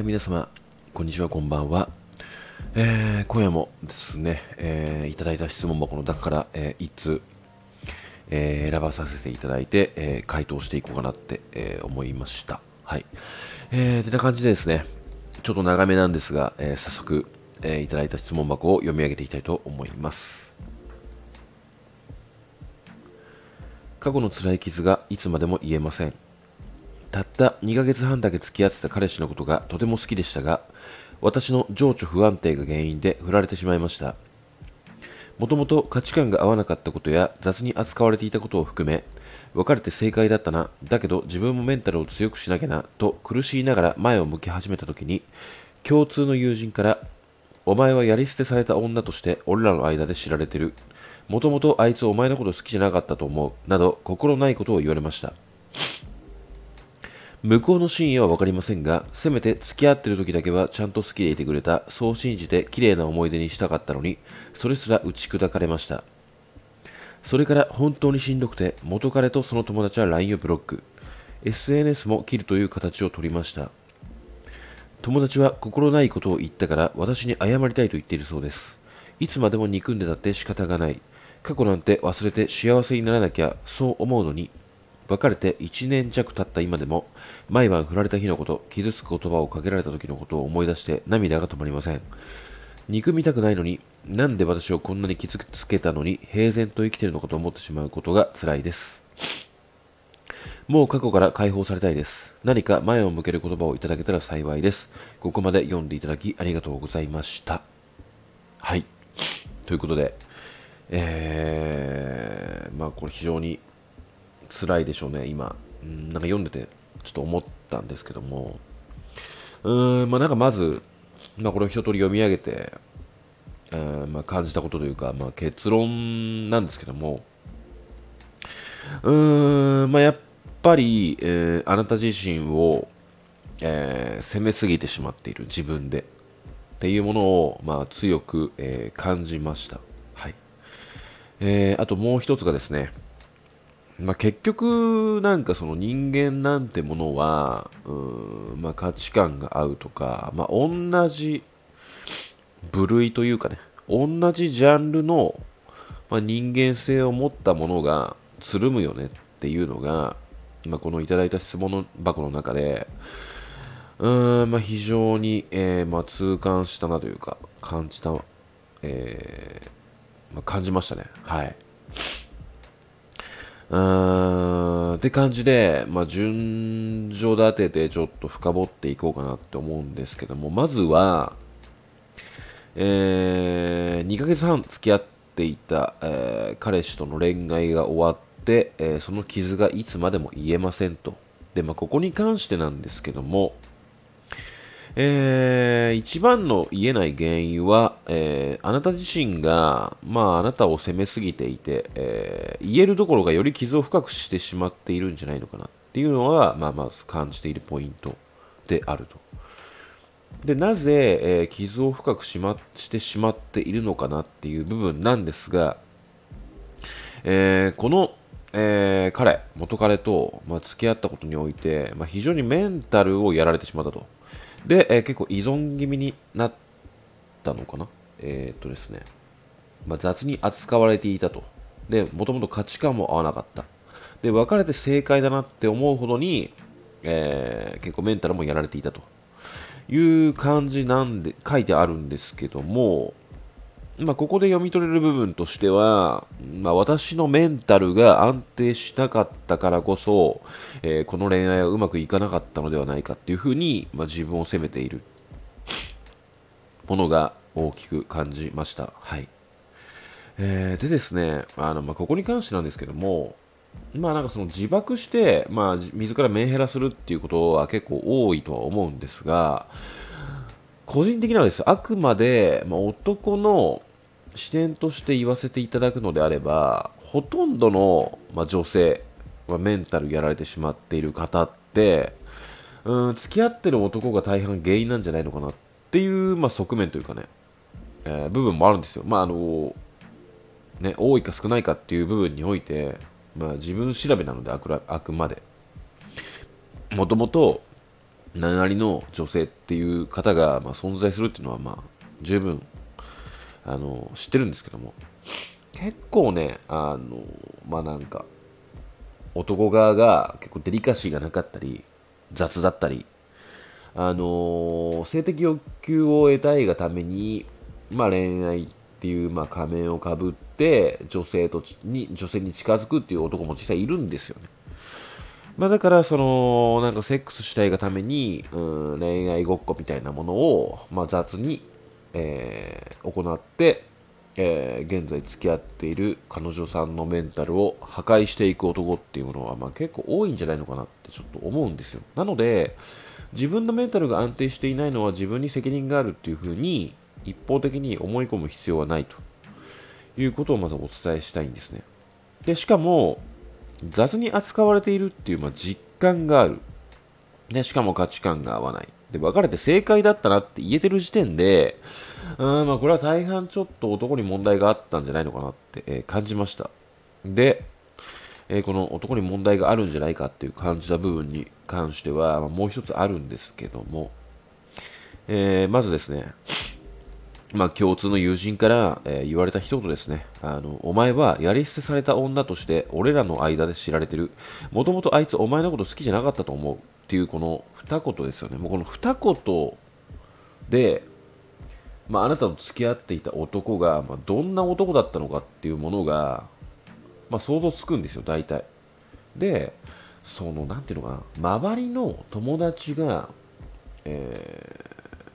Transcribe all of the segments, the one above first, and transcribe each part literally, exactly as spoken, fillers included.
皆様、こんにちは、こんばんは。えー今夜もですね、えーいただいた質問箱の中から、えー一通、えー選ばさせていただいて、えー回答していこうかなって、えー思いました。はい。えー、てな感じでですね、ちょっと長めなんですが、えー早速、えーいただいた質問箱を読み上げていきたいと思います。過去の辛い傷がいつまでも癒えません。たったにかげつはんだけ付き合ってた彼氏のことがとても好きでしたが、私の情緒不安定が原因で振られてしまいました。もともと価値観が合わなかったことや雑に扱われていたことを含め、別れて正解だったな、だけど自分もメンタルを強くしなきゃな、と苦しいながら前を向き始めた時に、共通の友人から、お前はやり捨てされた女として俺らの間で知られてる。もともとあいつお前のこと好きじゃなかったと思う。など心ないことを言われました。向こうの真意はわかりませんが、せめて付き合ってる時だけはちゃんと好きでいてくれた、そう信じて綺麗な思い出にしたかったのに、それすら打ち砕かれました。それから本当にしんどくて、元彼とその友達は ライン をブロック。エスエヌエス も切るという形を取りました。友達は心ないことを言ったから私に謝りたいと言っているそうです。いつまでも憎んでたって仕方がない。過去なんて忘れて幸せにならなきゃそう思うのに、別れていちねん弱経った今でも、毎晩振られた日のこと、傷つく言葉をかけられた時のことを思い出して涙が止まりません。憎みたくないのに、なんで私をこんなに傷つけたのに平然と生きているのかと思ってしまうことが辛いです。もう過去から解放されたいです。何か前を向ける言葉をいただけたら幸いです。ここまで読んでいただきありがとうございました。はい。ということで、えー、まあこれ非常に辛いでしょうね、今。うん、なんか読んでてちょっと思ったんですけども、うーん、まあなんかまず、まあこれを一通り読み上げて、えーまあ感じたことというか、まあ結論なんですけども、うーん、まあやっぱり、えーあなた自身を、えー責めすぎてしまっている自分でっていうものを、まあ、強く、えー感じました。はい。えーあともう一つがですね、まあ、結局、なんかその人間なんてものは、うーん、まあ、価値観が合うとか、まあ、同じ部類というかね、同じジャンルの、まあ、人間性を持ったものがつるむよねっていうのが、まあ、このいただいた質問の箱の中で、うーん、まあ、非常に、えーまあ、痛感したなというか、感じた、えーまあ、感じましたね。はい。うーん、って感じで、まあ、順序立ててちょっと深掘っていこうかなって思うんですけども、まずは、えー、にかげつはん付き合っていた、えー彼氏との恋愛が終わって、えーその傷がいつまでも癒えませんと。で、まあ、ここに関してなんですけども、えー一番の言えない原因は、えーあなた自身が、まあ、あなたを責めすぎていて、えー言えるどころかより傷を深くしてしまっているんじゃないのかなっていうのは、まあ、まず感じているポイントであると。で、なぜ、えー傷を深くしましてしまっているのかなっていう部分なんですが、えーこの、えー彼、元彼と、まあ、付き合ったことにおいて、まあ、非常にメンタルをやられてしまったと。で、えー結構依存気味になったのかな。えーっとですね、まあ、雑に扱われていたと。で、もともと価値観も合わなかった。で、別れて正解だなって思うほどに、えー結構メンタルもやられていたという感じなんで、書いてあるんですけども、まあ、ここで読み取れる部分としては、まあ、私のメンタルが安定しなかったからこそ、えーこの恋愛はうまくいかなかったのではないかっていうふうに、まあ、自分を責めているものが大きく感じました。はい。えーでですね、あの、まあ、ここに関してなんですけども、まあなんかその自爆して、まあ自らメンヘラするっていうことは結構多いとは思うんですが、個人的にはですあくまで、まあ、男の視点として言わせていただくのであれば、ほとんどの、まあ、女性、まあ、メンタルやられてしまっている方って、うん、付き合ってる男が大半原因なんじゃないのかなっていう、まあ、側面というかね、えー部分もあるんですよ。まああのね、多いか少ないかっていう部分において、まあ、自分調べなのであくらあくまで。もともと何々の女性っていう方が、まあ、存在するっていうのは、まあ、十分、あの、知ってるんですけども、結構ね、あの、まあなんか、男側が結構デリカシーがなかったり、雑だったり、あの性的欲求を得たいがために、まあ恋愛っていう、まあ仮面をかぶって、女性とに、女性に近づくっていう男も実際いるんですよね。まあだから、その、なんかセックスしたいがために、うん、恋愛ごっこみたいなものを、まあ雑に、えー行って、えー現在付き合っている彼女さんのメンタルを破壊していく男っていうものは、まあ、結構多いんじゃないのかなってちょっと思うんですよ。なので、自分のメンタルが安定していないのは自分に責任があるっていうふうに一方的に思い込む必要はないということをまずお伝えしたいんですね。で、しかも、雑に扱われているっていう、まあ、実感がある。で、しかも価値観が合わない。で、別れて正解だったなって言えてる時点で、うん、まあこれは大半ちょっと男に問題があったんじゃないのかなって、えー感じました。で、えーこの男に問題があるんじゃないかっていう感じた部分に関しては、まあ、もう一つあるんですけども、えーまずですね、まあ、共通の友人から、えー言われた一言ですね。あの、お前はやり捨てされた女として俺らの間で知られてる。もともとあいつお前のこと好きじゃなかったと思う。っていうこの二言ですよね。もうこの二言で、まあ、あなたと付き合っていた男が、まあ、どんな男だったのかっていうものが、まあ、想像つくんですよ、大体。で、その、なんていうのかな、周りの友達が、え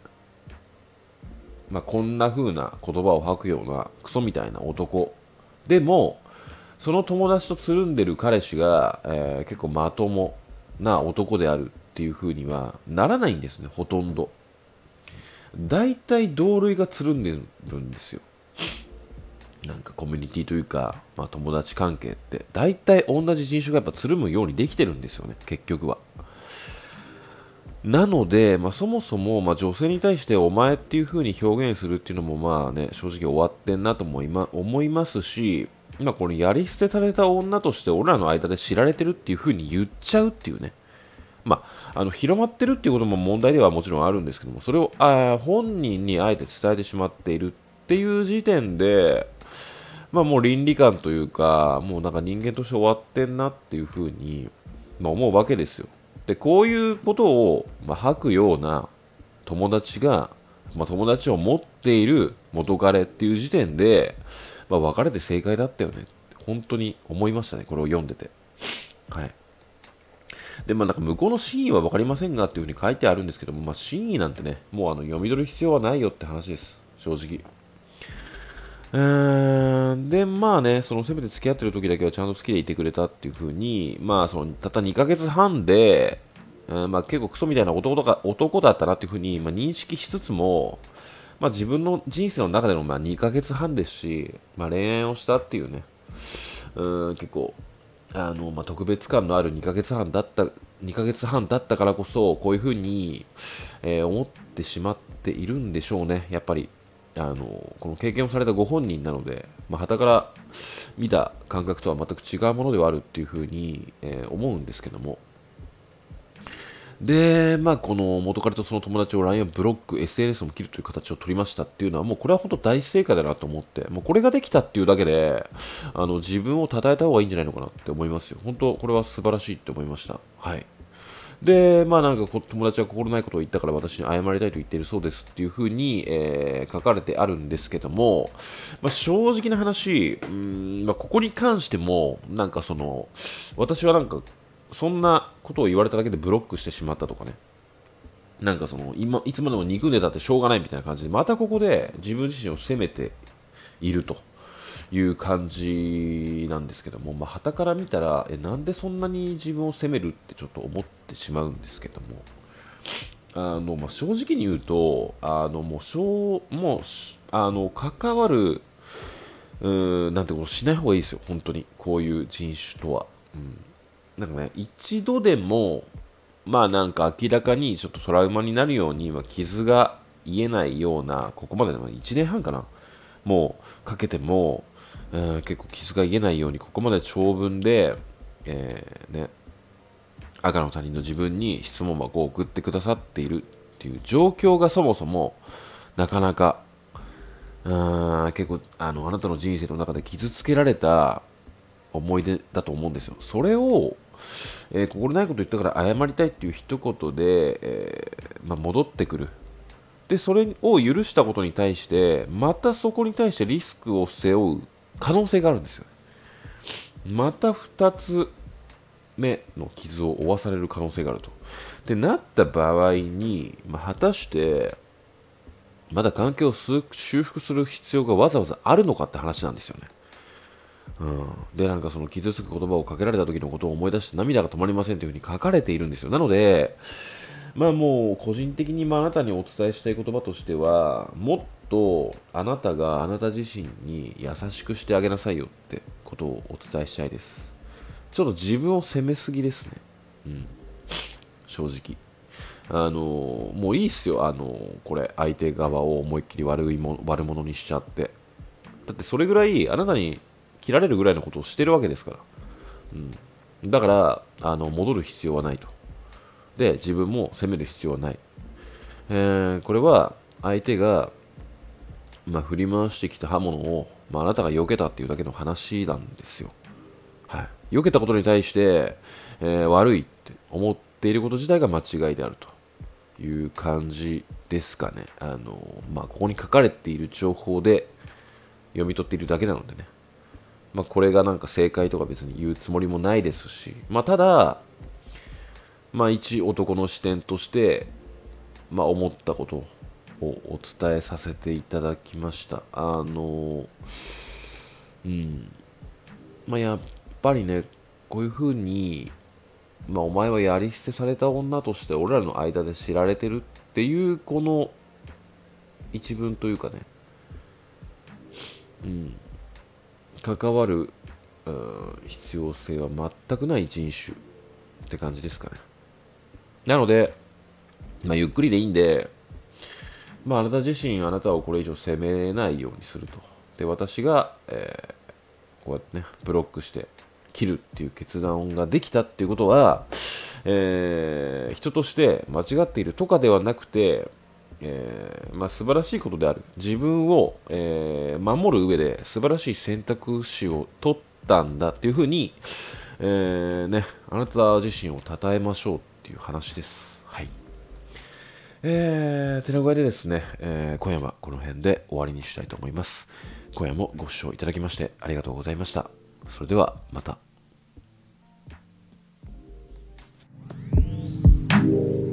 ーまあ、こんな風な言葉を吐くようなクソみたいな男でも、その友達とつるんでる彼氏が、えー結構まともな男であるっていう風にはならないんですね、ほとんど。大体同類がつるんでるんですよ。なんかコミュニティというか、まあ、友達関係って大体同じ人種がやっぱつるむようにできてるんですよね、結局は。なので、まあ、そもそも、まあ、女性に対してお前っていう風に表現するっていうのもまあね、正直終わってんなとも今思いますし、まあ、このやり捨てされた女として俺らの間で知られてるっていう風に言っちゃうっていうね。まあ、あの広まってるっていうことも問題ではもちろんあるんですけども、それをあ本人にあえて伝えてしまっているっていう時点で、まあもう倫理観というか、もうなんか人間として終わってんなっていうふうに、まあ、思うわけですよ。で、こういうことを、まあ、吐くような友達が、まあ、友達を持っている元彼っていう時点で、まあ、別れて正解だったよねって本当に思いましたね、これを読んでて。はい。で、まあなんか向こうの真意は分かりませんがっていうふうに書いてあるんですけども、まあ真意なんてね、もうあの読み取る必要はないよって話です、正直。うーん、で、まあね、そのせめて付き合ってる時だけはちゃんと好きでいてくれたっていう風に、まあその、たったにかげつはんで、うん、まあ結構クソみたいな男とか男だったなっていう風に、まあ、認識しつつも、まあ自分の人生の中でのまあにかげつはんですし、まあ恋愛をしたっていうね、うん、結構、あの、まあ特別感のあるにかげつはんだった、にかげつはんだったからこそ、こういう風に、えー思ってしまっているんでしょうね、やっぱり。あのこの経験をされたご本人なので、まあ、旗から見た感覚とは全く違うものではあるっていうふうに、えー思うんですけども、で、まあ、この元彼とその友達を ライン をブロック、エスエヌエス も切るという形を取りましたっていうのは、もうこれは本当大正解だなと思って、もうこれができたっていうだけで、あの自分を称えた方がいいんじゃないのかなって思いますよ。本当、これは素晴らしいって思いました。はい。で、まあなんかこ友達は心ないことを言ったから私に謝りたいと言っているそうですっていうふうに、えー書かれてあるんですけども、まあ、正直な話、うーん、まあ、ここに関しても、なんかその、私はなんか、そんなことを言われただけでブロックしてしまったとかね、なんかその、今、いつまでも憎んでたってしょうがないみたいな感じで、またここで自分自身を責めていると。いう感じなんですけども、まあ、傍から見たらえなんでそんなに自分を責めるってちょっと思ってしまうんですけども、あの、まあ、正直に言うと、あのもうしょうもうしあの関わるうーんなんてことしない方がいいですよ、本当にこういう人種とは。うん、なんかね、一度でも、まあなんか明らかにちょっとトラウマになるように、まあ、傷が癒えないような、ここまででもいちねんはんかな、もうかけても、うん結構傷が癒えないように、ここまで長文で、えーね、 赤の他人の自分に質問箱を送ってくださっているっていう状況がそもそもなかなかうーん結構あのあなたの人生の中で傷つけられた思い出だと思うんですよ。それを、えー心ないこと言ったから謝りたいっていう一言で、えーまあ、戻ってくる。で、それを許したことに対して、またそこに対してリスクを背負う可能性があるんですよ。またふたつめの傷を負わされる可能性があると。で、なった場合に、まあ、果たして、まだ関係を修復する必要がわざわざあるのかって話なんですよね。うん、で、なんかその傷つく言葉をかけられた時のことを思い出して涙が止まりませんというふうに書かれているんですよ。なので、まあもう個人的にまああなたにお伝えしたい言葉としては、もっとあなたがあなた自身に優しくしてあげなさいよってことをお伝えしたいです。ちょっと自分を責めすぎですね。うん、正直。あのもういいっすよ。あのこれ相手側を思いっきり悪いも悪者にしちゃって。だってそれぐらいあなたに切られるぐらいのことをしてるわけですから。うん、だからあの戻る必要はないと。で、自分も責める必要はない。えーこれは相手が、まあ、振り回してきた刃物を、まあ、あなたが避けたっていうだけの話なんですよ。はい、避けたことに対して、えー悪いって思っていること自体が間違いであるという感じですかね。あのまあ、ここに書かれている情報で読み取っているだけなのでね。まあ、これがなんか正解とか別に言うつもりもないですし、まあ、ただ、まあ、一男の視点として、まあ、思ったことをお伝えさせていただきました。あの、うん、まあ、やっぱりね、こういうふうに、まあ、お前はやり捨てされた女として俺らの間で知られてるっていうこの一文というかね、うん、関わるうん必要性は全くない人種って感じですかね。なので、まあ、ゆっくりでいいんで、まあ、あなた自身あなたをこれ以上責めないようにすると。で、私が、えーこうやってね、ブロックして切るっていう決断ができたっていうことは、えー人として間違っているとかではなくて、えーまあ、素晴らしいことである。自分を、えー守る上で素晴らしい選択肢を取ったんだっていうふうに、えーね、あなた自身を称えましょうっていう話です。はい。えー、てな具合でですね、えー今夜はこの辺で終わりにしたいと思います。今夜もご視聴いただきましてありがとうございました。それではまた。